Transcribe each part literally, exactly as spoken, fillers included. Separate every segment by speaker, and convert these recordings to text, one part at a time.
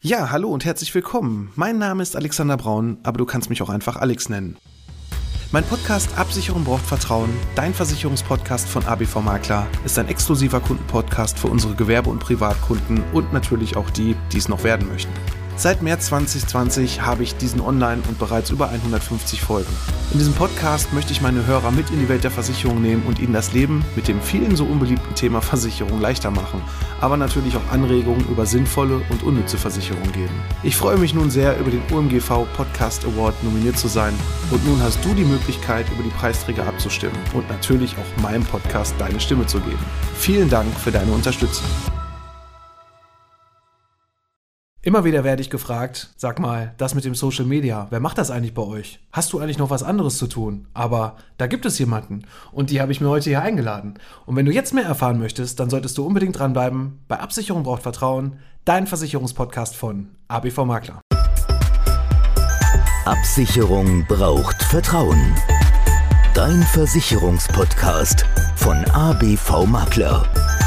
Speaker 1: Ja, hallo und herzlich willkommen. Mein Name ist Alexander Braun, aber du kannst mich auch einfach Alex nennen. Mein Podcast Absicherung braucht Vertrauen, dein Versicherungspodcast von A B V Makler, ist ein exklusiver Kundenpodcast für unsere Gewerbe- und Privatkunden und natürlich auch die, die es noch werden möchten. Seit März zwanzig zwanzig habe ich diesen online und bereits über hundertfünfzig Folgen. In diesem Podcast möchte ich meine Hörer mit in die Welt der Versicherung nehmen und ihnen das Leben mit dem vielen so unbeliebten Thema Versicherung leichter machen, aber natürlich auch Anregungen über sinnvolle und unnütze Versicherung geben. Ich freue mich nun sehr, über den O M G V Podcast Award nominiert zu sein und nun hast du die Möglichkeit, über die Preisträger abzustimmen und natürlich auch meinem Podcast deine Stimme zu geben. Vielen Dank für deine Unterstützung. Immer wieder werde ich gefragt, sag mal, das mit dem Social Media, wer macht das eigentlich bei euch? Hast du eigentlich noch was anderes zu tun? Aber da gibt es jemanden und die habe ich mir heute hier eingeladen. Und wenn du jetzt mehr erfahren möchtest, dann solltest du unbedingt dranbleiben. Bei Absicherung braucht Vertrauen, dein Versicherungspodcast von A B V Makler.
Speaker 2: Absicherung braucht Vertrauen. Dein Versicherungspodcast von A B V Makler.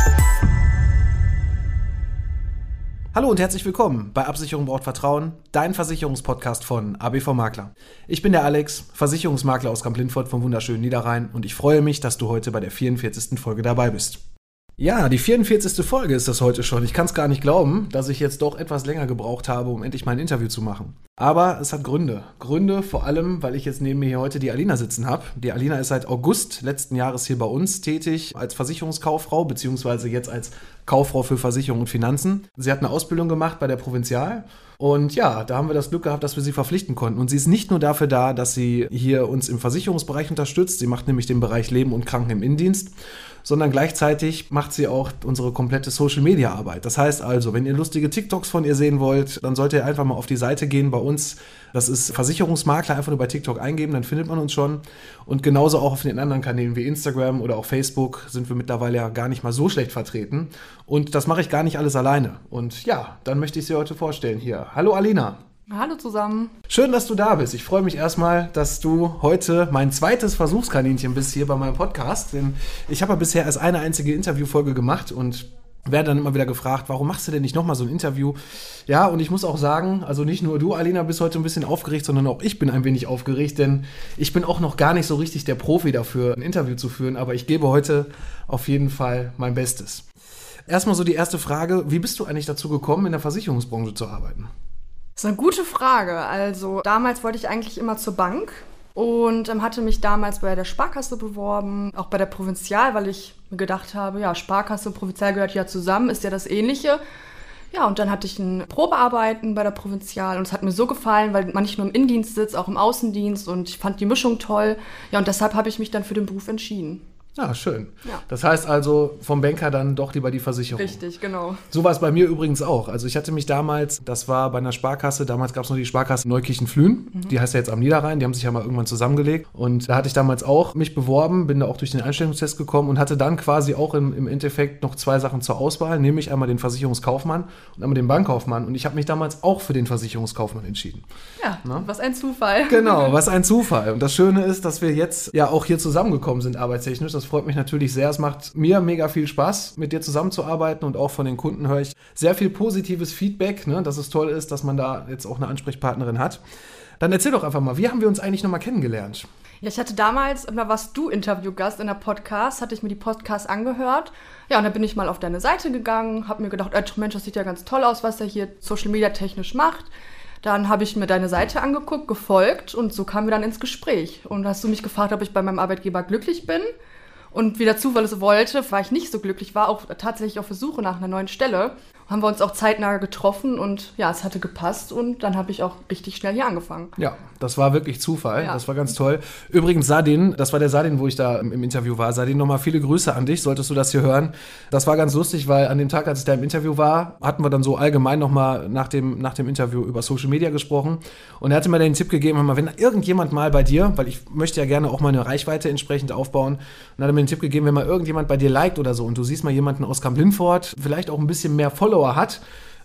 Speaker 1: Hallo und herzlich willkommen bei Absicherung braucht Vertrauen, dein Versicherungspodcast von A B V Makler. Ich bin der Alex, Versicherungsmakler aus Kamp-Lindfort vom wunderschönen Niederrhein und ich freue mich, dass du heute bei der vierundvierzigsten Folge dabei bist. Ja, die vierundvierzigste Folge ist das heute schon. Ich kann es gar nicht glauben, dass ich jetzt doch etwas länger gebraucht habe, um endlich mal ein Interview zu machen. Aber es hat Gründe. Gründe vor allem, weil ich jetzt neben mir hier heute die Alina sitzen habe. Die Alina ist seit August letzten Jahres hier bei uns tätig als Versicherungskauffrau, beziehungsweise jetzt als Kauffrau für Versicherung und Finanzen. Sie hat eine Ausbildung gemacht bei der Provinzial. Und ja, da haben wir das Glück gehabt, dass wir sie verpflichten konnten. Und sie ist nicht nur dafür da, dass sie hier uns im Versicherungsbereich unterstützt. Sie macht nämlich den Bereich Leben und Kranken im Innendienst. Sondern gleichzeitig macht sie auch unsere komplette Social-Media-Arbeit. Das heißt also, wenn ihr lustige TikToks von ihr sehen wollt, dann solltet ihr einfach mal auf die Seite gehen bei uns. Das ist Versicherungsmakler, einfach nur bei TikTok eingeben, dann findet man uns schon. Und genauso auch auf den anderen Kanälen wie Instagram oder auch Facebook sind wir mittlerweile ja gar nicht mal so schlecht vertreten. Und das mache ich gar nicht alles alleine. Und ja, dann möchte ich sie heute vorstellen hier. Hallo Alina.
Speaker 3: Hallo zusammen.
Speaker 1: Schön, dass du da bist. Ich freue mich erstmal, dass du heute mein zweites Versuchskaninchen bist hier bei meinem Podcast. Denn ich habe ja bisher erst eine einzige Interviewfolge gemacht und werde dann immer wieder gefragt, warum machst du denn nicht nochmal so ein Interview? Ja, und ich muss auch sagen, also nicht nur du, Alina, bist heute ein bisschen aufgeregt, sondern auch ich bin ein wenig aufgeregt, denn ich bin auch noch gar nicht so richtig der Profi dafür, ein Interview zu führen, aber ich gebe heute auf jeden Fall mein Bestes. Erstmal so die erste Frage, wie bist du eigentlich dazu gekommen, in der Versicherungsbranche zu arbeiten?
Speaker 3: Das ist eine gute Frage. Also damals wollte ich eigentlich immer zur Bank und ähm, hatte mich damals bei der Sparkasse beworben, auch bei der Provinzial, weil ich mir gedacht habe, ja, Sparkasse und Provinzial gehört ja zusammen, ist ja das Ähnliche. Ja, und dann hatte ich ein Probearbeiten bei der Provinzial und es hat mir so gefallen, weil man nicht nur im Innendienst sitzt, auch im Außendienst und ich fand die Mischung toll. Ja, und deshalb habe ich mich dann für den Beruf entschieden.
Speaker 1: Ja, schön.
Speaker 3: Ja.
Speaker 1: Das heißt also, vom Banker dann doch lieber die Versicherung.
Speaker 3: Richtig, genau.
Speaker 1: So war es bei mir übrigens auch. Also ich hatte mich damals, das war bei einer Sparkasse, damals gab es noch die Sparkasse Neukirchen-Flühen, mhm. die heißt ja jetzt am Niederrhein, die haben sich ja mal irgendwann zusammengelegt. Und da hatte ich damals auch mich beworben, bin da auch durch den Einstellungstest gekommen und hatte dann quasi auch im, im Endeffekt noch zwei Sachen zur Auswahl, nämlich einmal den Versicherungskaufmann und einmal den Bankkaufmann. Und ich habe mich damals auch für den Versicherungskaufmann entschieden.
Speaker 3: Ja, Na? was ein Zufall.
Speaker 1: Genau, was ein Zufall. Und das Schöne ist, dass wir jetzt ja auch hier zusammengekommen sind arbeitstechnisch. Das freut mich natürlich sehr. Es macht mir mega viel Spaß, mit dir zusammenzuarbeiten und auch von den Kunden höre ich sehr viel positives Feedback, ne, dass es toll ist, dass man da jetzt auch eine Ansprechpartnerin hat. Dann erzähl doch einfach mal, wie haben wir uns eigentlich nochmal kennengelernt?
Speaker 3: Ja, ich hatte damals, da warst du Interviewgast in der Podcast, hatte ich mir die Podcasts angehört. Ja, und dann bin ich mal auf deine Seite gegangen, habe mir gedacht, äh, Mensch, das sieht ja ganz toll aus, was er hier Social Media technisch macht. Dann habe ich mir deine Seite angeguckt, gefolgt und so kamen wir dann ins Gespräch. Und hast du mich gefragt, ob ich bei meinem Arbeitgeber glücklich bin. Und wie der Zufall es wollte, weil ich nicht so glücklich war, auch tatsächlich auf der Suche nach einer neuen Stelle, haben wir uns auch zeitnah getroffen und ja, es hatte gepasst und dann habe ich auch richtig schnell hier angefangen.
Speaker 1: Ja, das war wirklich Zufall,
Speaker 3: ja.
Speaker 1: Das war ganz toll. Übrigens Sadin, das war der Sadin, wo ich da im, im Interview war. Sadin, nochmal viele Grüße an dich, solltest du das hier hören. Das war ganz lustig, weil an dem Tag, als ich da im Interview war, hatten wir dann so allgemein nochmal nach dem, nach dem Interview über Social Media gesprochen und er hatte mir dann den Tipp gegeben, mal, wenn irgendjemand mal bei dir, weil ich möchte ja gerne auch meine Reichweite entsprechend aufbauen, und dann hat er mir den Tipp gegeben, wenn mal irgendjemand bei dir liked oder so und du siehst mal jemanden aus Kamp-Lindfort, vielleicht auch ein bisschen mehr Follower hat,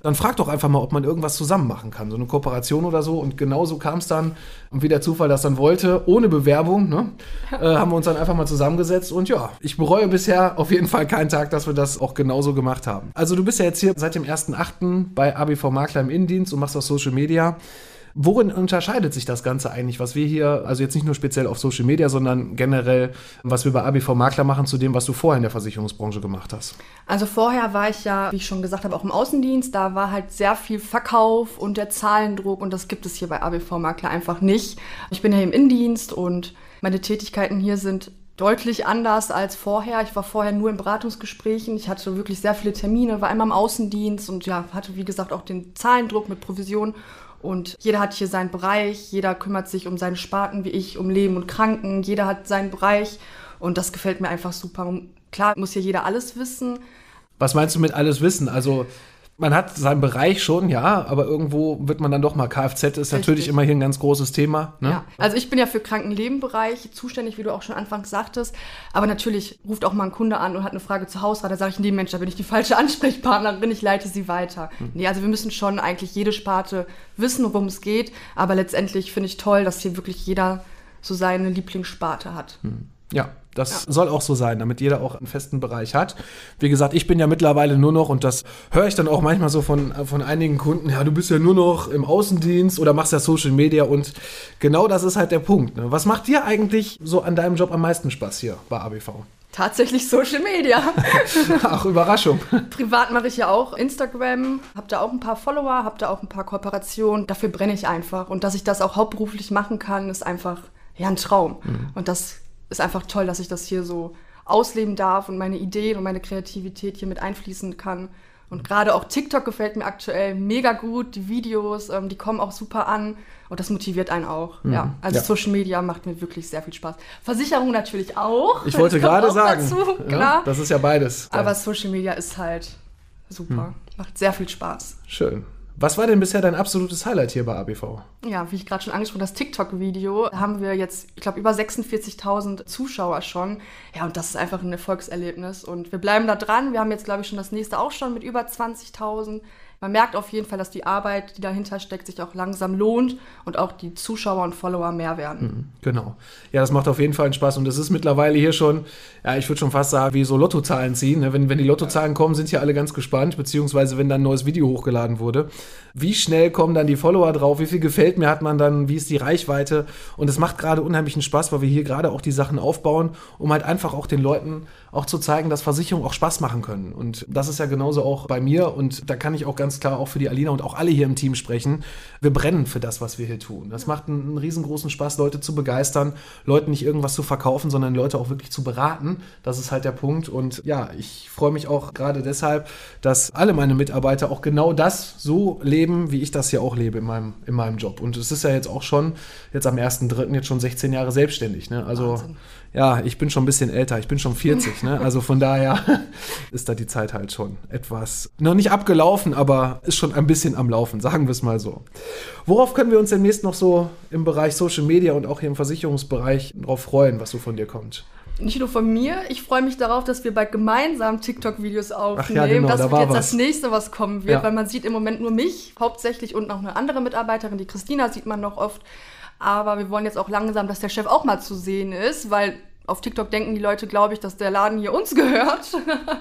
Speaker 1: dann frag doch einfach mal, ob man irgendwas zusammen machen kann, so eine Kooperation oder so. Und genauso kam es dann, und wie der Zufall das dann wollte, ohne Bewerbung, ne, äh, haben wir uns dann einfach mal zusammengesetzt. Und ja, ich bereue bisher auf jeden Fall keinen Tag, dass wir das auch genauso gemacht haben. Also du bist ja jetzt hier seit dem ersten achten bei A B V Makler im Innendienst und machst auch Social Media. Worin unterscheidet sich das Ganze eigentlich, was wir hier, also jetzt nicht nur speziell auf Social Media, sondern generell, was wir bei A B V Makler machen, zu dem, was du vorher in der Versicherungsbranche gemacht hast?
Speaker 3: Also vorher war ich ja, wie ich schon gesagt habe, auch im Außendienst. Da war halt sehr viel Verkauf und der Zahlendruck und das gibt es hier bei A B V Makler einfach nicht. Ich bin ja im Innendienst und meine Tätigkeiten hier sind deutlich anders als vorher. Ich war vorher nur in Beratungsgesprächen. Ich hatte wirklich sehr viele Termine, war immer im Außendienst und ja, hatte wie gesagt auch den Zahlendruck mit Provision. Und jeder hat hier seinen Bereich, jeder kümmert sich um seine Sparten wie ich, um Leben und Kranken, jeder hat seinen Bereich und das gefällt mir einfach super. Klar muss hier jeder alles wissen.
Speaker 1: Was meinst du mit alles wissen? Also man hat seinen Bereich schon, ja, aber irgendwo wird man dann doch mal, Kfz ist Richtig. Natürlich immer hier ein ganz großes Thema. Ne? Ja.
Speaker 3: Also ich bin ja für Krankenlebenbereich zuständig, wie du auch schon anfangs sagtest, aber natürlich ruft auch mal ein Kunde an und hat eine Frage zu Hausrat, da sage ich, nee Mensch, da bin ich die falsche Ansprechpartnerin, ich leite sie weiter. Hm. Nee, also wir müssen schon eigentlich jede Sparte wissen, worum es geht, aber letztendlich finde ich toll, dass hier wirklich jeder so seine Lieblingssparte hat.
Speaker 1: Hm. Ja, das ja. soll auch so sein, damit jeder auch einen festen Bereich hat. Wie gesagt, ich bin ja mittlerweile nur noch, und das höre ich dann auch manchmal so von, von einigen Kunden, ja, du bist ja nur noch im Außendienst oder machst ja Social Media und genau das ist halt der Punkt. Ne? Was macht dir eigentlich so an deinem Job am meisten Spaß hier bei A B V?
Speaker 3: Tatsächlich Social Media.
Speaker 1: Ach, Überraschung.
Speaker 3: Privat mache ich ja auch Instagram, habe da auch ein paar Follower, habe da auch ein paar Kooperationen. Dafür brenne ich einfach. Und dass ich das auch hauptberuflich machen kann, ist einfach ja, ein Traum. Mhm. Und das ist einfach toll, dass ich das hier so ausleben darf und meine Ideen und meine Kreativität hier mit einfließen kann. Und gerade auch TikTok gefällt mir aktuell mega gut. Die Videos, ähm, die kommen auch super an und das motiviert einen auch. Mhm. Ja, also ja. Social Media macht mir wirklich sehr viel Spaß. Versicherung natürlich auch.
Speaker 1: Ich wollte gerade sagen, dazu, ja, das ist ja beides.
Speaker 3: Aber Social Media ist halt super. Mhm. Macht sehr viel Spaß.
Speaker 1: Schön. Was war denn bisher dein absolutes Highlight hier bei A B V?
Speaker 3: Ja, wie ich gerade schon angesprochen habe, das TikTok-Video. Da haben wir jetzt, ich glaube, über sechsundvierzigtausend Zuschauer schon. Ja, und das ist einfach ein Erfolgserlebnis. Und wir bleiben da dran. Wir haben jetzt, glaube ich, schon das nächste auch schon mit über zwanzigtausend. Man merkt auf jeden Fall, dass die Arbeit, die dahinter steckt, sich auch langsam lohnt und auch die Zuschauer und Follower mehr werden.
Speaker 1: Genau. Ja, das macht auf jeden Fall Spaß und es ist mittlerweile hier schon, ja, ich würde schon fast sagen, wie so Lottozahlen ziehen. Wenn, wenn die Lottozahlen kommen, sind hier alle ganz gespannt, beziehungsweise wenn dann ein neues Video hochgeladen wurde. Wie schnell kommen dann die Follower drauf? Wie viel gefällt mir hat man dann? Wie ist die Reichweite? Und es macht gerade unheimlichen Spaß, weil wir hier gerade auch die Sachen aufbauen, um halt einfach auch den Leuten auch zu zeigen, dass Versicherungen auch Spaß machen können. Und das ist ja genauso auch bei mir und da kann ich auch ganz klar auch für die Alina und auch alle hier im Team sprechen. Wir brennen für das, was wir hier tun. Das macht einen, einen riesengroßen Spaß, Leute zu begeistern, Leuten nicht irgendwas zu verkaufen, sondern Leute auch wirklich zu beraten. Das ist halt der Punkt. Und ja, ich freue mich auch gerade deshalb, dass alle meine Mitarbeiter auch genau das so leben, wie ich das hier auch lebe in meinem, in meinem Job. Und es ist ja jetzt auch schon, jetzt am ersten dritten jetzt schon sechzehn Jahre selbstständig. Ne? Also Wahnsinn. Ja, ich bin schon ein bisschen älter, ich bin schon vierzig, ne? Also von daher ist da die Zeit halt schon etwas, noch nicht abgelaufen, aber ist schon ein bisschen am Laufen, sagen wir es mal so. Worauf können wir uns demnächst noch so im Bereich Social Media und auch hier im Versicherungsbereich drauf freuen, was so von dir kommt?
Speaker 3: Nicht nur von mir, ich freue mich darauf, dass wir bald gemeinsam TikTok-Videos aufnehmen. Ach ja, genau, das
Speaker 1: da
Speaker 3: wird
Speaker 1: war
Speaker 3: jetzt
Speaker 1: was.
Speaker 3: das nächste, was kommen wird,
Speaker 1: Ja.
Speaker 3: weil man sieht im Moment nur mich hauptsächlich und noch eine andere Mitarbeiterin, die Christina sieht man noch oft. Aber wir wollen jetzt auch langsam, dass der Chef auch mal zu sehen ist, weil auf TikTok denken die Leute, glaube ich, dass der Laden hier uns gehört.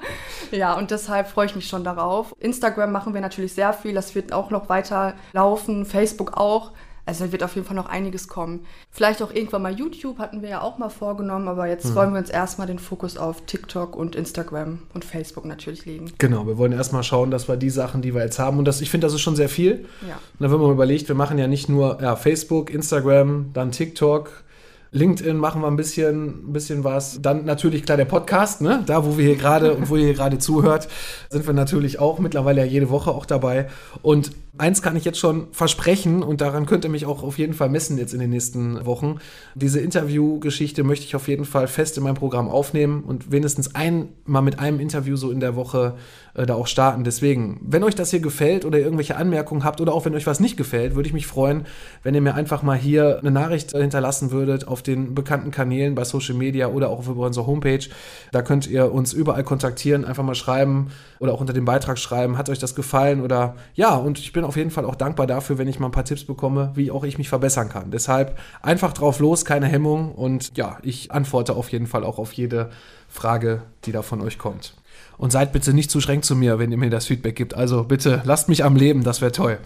Speaker 3: Ja, und deshalb freue ich mich schon darauf. Instagram machen wir natürlich sehr viel, das wird auch noch weiter laufen, Facebook auch. Also da wird auf jeden Fall noch einiges kommen. Vielleicht auch irgendwann mal YouTube, hatten wir ja auch mal vorgenommen, aber jetzt mhm. wollen wir uns erstmal den Fokus auf TikTok und Instagram und Facebook natürlich legen.
Speaker 1: Genau, wir wollen erstmal schauen, dass wir die Sachen, die wir jetzt haben, und das, ich finde, das ist schon sehr viel.
Speaker 3: Ja.
Speaker 1: Und dann, wenn man mal überlegt, wir machen ja nicht nur ja, Facebook, Instagram, dann TikTok, LinkedIn machen wir ein bisschen, ein bisschen was. Dann natürlich klar der Podcast, ne? Da, wo wir hier gerade und wo ihr hier gerade zuhört, sind wir natürlich auch mittlerweile ja jede Woche auch dabei. Und eins kann ich jetzt schon versprechen und daran könnt ihr mich auch auf jeden Fall messen jetzt in den nächsten Wochen. Diese Interviewgeschichte möchte ich auf jeden Fall fest in meinem Programm aufnehmen und wenigstens einmal mit einem Interview so in der Woche äh, da auch starten. Deswegen, wenn euch das hier gefällt oder ihr irgendwelche Anmerkungen habt oder auch wenn euch was nicht gefällt, würde ich mich freuen, wenn ihr mir einfach mal hier eine Nachricht hinterlassen würdet auf den bekannten Kanälen bei Social Media oder auch über unsere Homepage. Da könnt ihr uns überall kontaktieren, einfach mal schreiben oder auch unter dem Beitrag schreiben, hat euch das gefallen oder ja, und ich bin auf jeden Fall auch dankbar dafür, wenn ich mal ein paar Tipps bekomme, wie auch ich mich verbessern kann. Deshalb einfach drauf los, keine Hemmung und ja, ich antworte auf jeden Fall auch auf jede Frage, die da von euch kommt. Und seid bitte nicht zu streng zu mir, wenn ihr mir das Feedback gibt. Also bitte lasst mich am Leben, das wäre toll.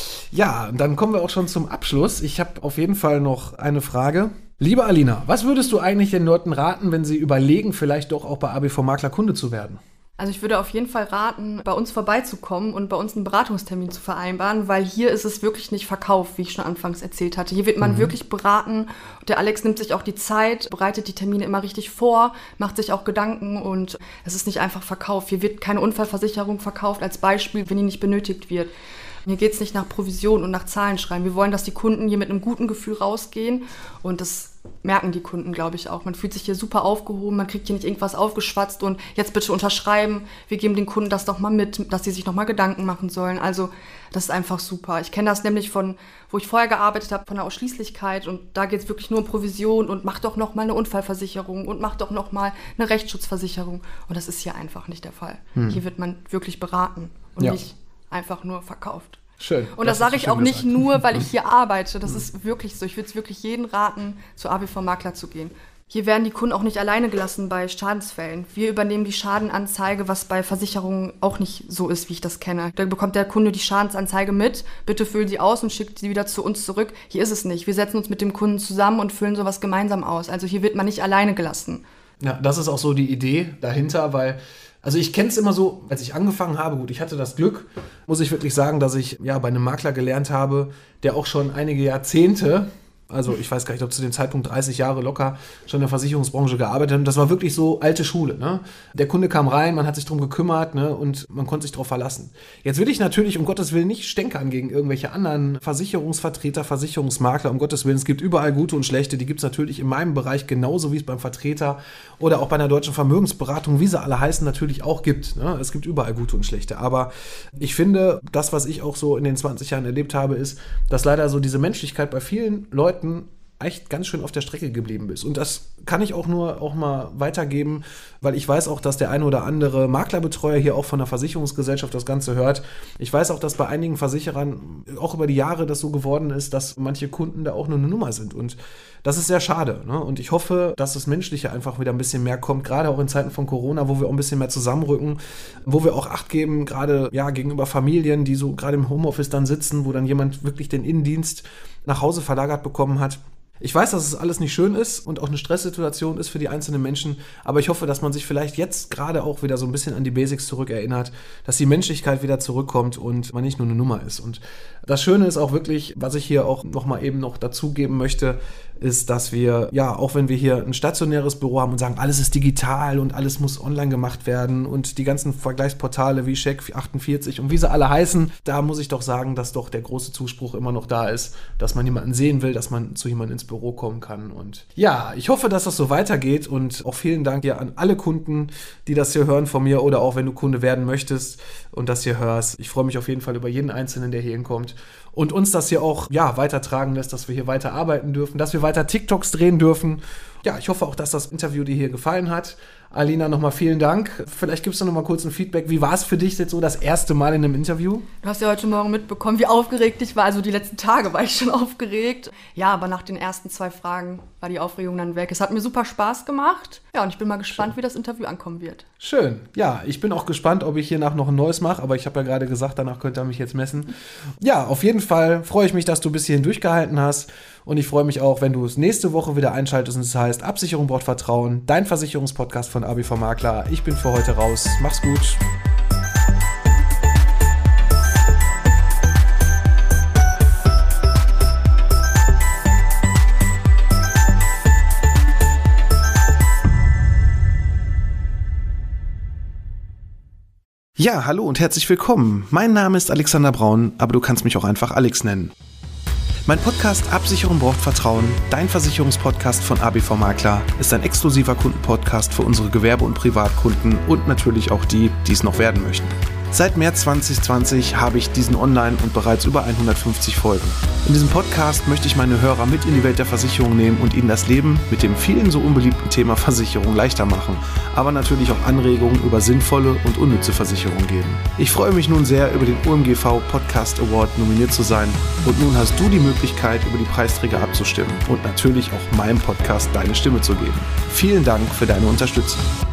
Speaker 1: Ja, dann kommen wir auch schon zum Abschluss. Ich habe auf jeden Fall noch eine Frage. Liebe Alina, was würdest du eigentlich den Leuten raten, wenn sie überlegen, vielleicht doch auch bei A B V Makler Kunde zu werden?
Speaker 3: Also ich würde auf jeden Fall raten, bei uns vorbeizukommen und bei uns einen Beratungstermin zu vereinbaren, weil hier ist es wirklich nicht verkauft, wie ich schon anfangs erzählt hatte. Hier wird man mhm. wirklich beraten. Der Alex nimmt sich auch die Zeit, bereitet die Termine immer richtig vor, macht sich auch Gedanken und es ist nicht einfach verkauft. Hier wird keine Unfallversicherung verkauft als Beispiel, wenn die nicht benötigt wird. Hier geht es nicht nach Provision und nach Zahlen schreiben. Wir wollen, dass die Kunden hier mit einem guten Gefühl rausgehen und das merken die Kunden, glaube ich, auch. Man fühlt sich hier super aufgehoben, man kriegt hier nicht irgendwas aufgeschwatzt und jetzt bitte unterschreiben. Wir geben den Kunden das doch mal mit, dass sie sich noch mal Gedanken machen sollen. Also das ist einfach super. Ich kenne das nämlich von, wo ich vorher gearbeitet habe, von der Ausschließlichkeit und da geht es wirklich nur um Provision und mach doch noch mal eine Unfallversicherung und mach doch noch mal eine Rechtsschutzversicherung. Und das ist hier einfach nicht der Fall. Hm. Hier wird man wirklich beraten und ja. nicht einfach nur verkauft.
Speaker 1: Schön.
Speaker 3: Und das, das sage ich auch nicht gesagt. Nur, weil ich hier arbeite. Das ist wirklich so. Ich würde es wirklich jedem raten, zu A B V Makler zu gehen. Hier werden die Kunden auch nicht alleine gelassen bei Schadensfällen. Wir übernehmen die Schadenanzeige, was bei Versicherungen auch nicht so ist, wie ich das kenne. Da bekommt der Kunde die Schadensanzeige mit, bitte füllen sie aus und schickt sie wieder zu uns zurück. Hier ist es nicht. Wir setzen uns mit dem Kunden zusammen und füllen sowas gemeinsam aus. Also hier wird man nicht alleine gelassen.
Speaker 1: Ja, das ist auch so die Idee dahinter, weil also ich kenne es immer so, als ich angefangen habe, gut, ich hatte das Glück, muss ich wirklich sagen, dass ich ja bei einem Makler gelernt habe, der auch schon einige Jahrzehnte, also ich weiß gar nicht, ob zu dem Zeitpunkt dreißig Jahre locker schon in der Versicherungsbranche gearbeitet hat. Und das war wirklich so alte Schule. Ne? Der Kunde kam rein, man hat sich drum gekümmert, ne? Und man konnte sich darauf verlassen. Jetzt will ich natürlich um Gottes Willen nicht stänkern gegen irgendwelche anderen Versicherungsvertreter, Versicherungsmakler. Um Gottes Willen, es gibt überall gute und schlechte. Die gibt es natürlich in meinem Bereich genauso wie es beim Vertreter oder auch bei einer deutschen Vermögensberatung, wie sie alle heißen, natürlich auch gibt. Ne? Es gibt überall gute und schlechte. Aber ich finde, das, was ich auch so in den zwanzig Jahren erlebt habe, ist, dass leider so diese Menschlichkeit bei vielen Leuten echt ganz schön auf der Strecke geblieben ist. Und das kann ich auch nur auch mal weitergeben, weil ich weiß auch, dass der eine oder andere Maklerbetreuer hier auch von der Versicherungsgesellschaft das Ganze hört. Ich weiß auch, dass bei einigen Versicherern auch über die Jahre das so geworden ist, dass manche Kunden da auch nur eine Nummer sind. Und das ist sehr schade. Ne? Und ich hoffe, dass das Menschliche einfach wieder ein bisschen mehr kommt, gerade auch in Zeiten von Corona, wo wir auch ein bisschen mehr zusammenrücken, wo wir auch Acht geben, gerade ja gegenüber Familien, die so gerade im Homeoffice dann sitzen, wo dann jemand wirklich den Innendienst nach Hause verlagert bekommen hat. Ich weiß, dass es alles nicht schön ist und auch eine Stresssituation ist für die einzelnen Menschen, aber ich hoffe, dass man sich vielleicht jetzt gerade auch wieder so ein bisschen an die Basics zurückerinnert, dass die Menschlichkeit wieder zurückkommt und man nicht nur eine Nummer ist. Und das Schöne ist auch wirklich, was ich hier auch nochmal eben noch dazugeben möchte, ist, dass wir, ja, auch wenn wir hier ein stationäres Büro haben und sagen, alles ist digital und alles muss online gemacht werden und die ganzen Vergleichsportale wie Check achtundvierzig und wie sie alle heißen, da muss ich doch sagen, dass doch der große Zuspruch immer noch da ist, dass man jemanden sehen will, dass man zu jemandem ins Büro kommen kann. Und ja, ich hoffe, dass das so weitergeht und auch vielen Dank hier an alle Kunden, die das hier hören von mir oder auch wenn du Kunde werden möchtest und das hier hörst. Ich freue mich auf jeden Fall über jeden Einzelnen, der hier hinkommt und uns das hier auch, ja, weitertragen lässt, dass wir hier weiter arbeiten dürfen, dass wir weiter TikToks drehen dürfen. Ja, ich hoffe auch, dass das Interview dir hier gefallen hat. Alina, nochmal vielen Dank. Vielleicht gibst du noch mal kurz ein Feedback. Wie war es für dich jetzt so das erste Mal in einem Interview?
Speaker 3: Du hast ja heute Morgen mitbekommen, wie aufgeregt ich war. Also die letzten Tage war ich schon aufgeregt. Ja, aber nach den ersten zwei Fragen war die Aufregung dann weg. Es hat mir super Spaß gemacht. Ja, und ich bin mal gespannt, Schön. wie das Interview ankommen wird.
Speaker 1: Schön. Ja, ich bin auch gespannt, ob ich hiernach noch ein neues mache. Aber ich habe ja gerade gesagt, danach könnt ihr mich jetzt messen. Ja, auf jeden Fall freue ich mich, dass du bis hierhin durchgehalten hast. Und ich freue mich auch, wenn du es nächste Woche wieder einschaltest und es heißt Absicherung braucht Vertrauen, dein Versicherungspodcast von A B V Makler. Ich bin für heute raus. Mach's gut. Ja, hallo und herzlich willkommen. Mein Name ist Alexander Braun, aber du kannst mich auch einfach Alex nennen. Mein Podcast Absicherung braucht Vertrauen, dein Versicherungspodcast von A B V Makler, ist ein exklusiver Kundenpodcast für unsere Gewerbe- und Privatkunden und natürlich auch die, die es noch werden möchten. Seit März zwanzig zwanzig habe ich diesen online und bereits über hundertfünfzig Folgen. In diesem Podcast möchte ich meine Hörer mit in die Welt der Versicherung nehmen und ihnen das Leben mit dem vielen so unbeliebten Thema Versicherung leichter machen, aber natürlich auch Anregungen über sinnvolle und unnütze Versicherung geben. Ich freue mich nun sehr, über den O M G V Podcast Award nominiert zu sein und nun hast du die Möglichkeit, über die Preisträger abzustimmen und natürlich auch meinem Podcast deine Stimme zu geben. Vielen Dank für deine Unterstützung.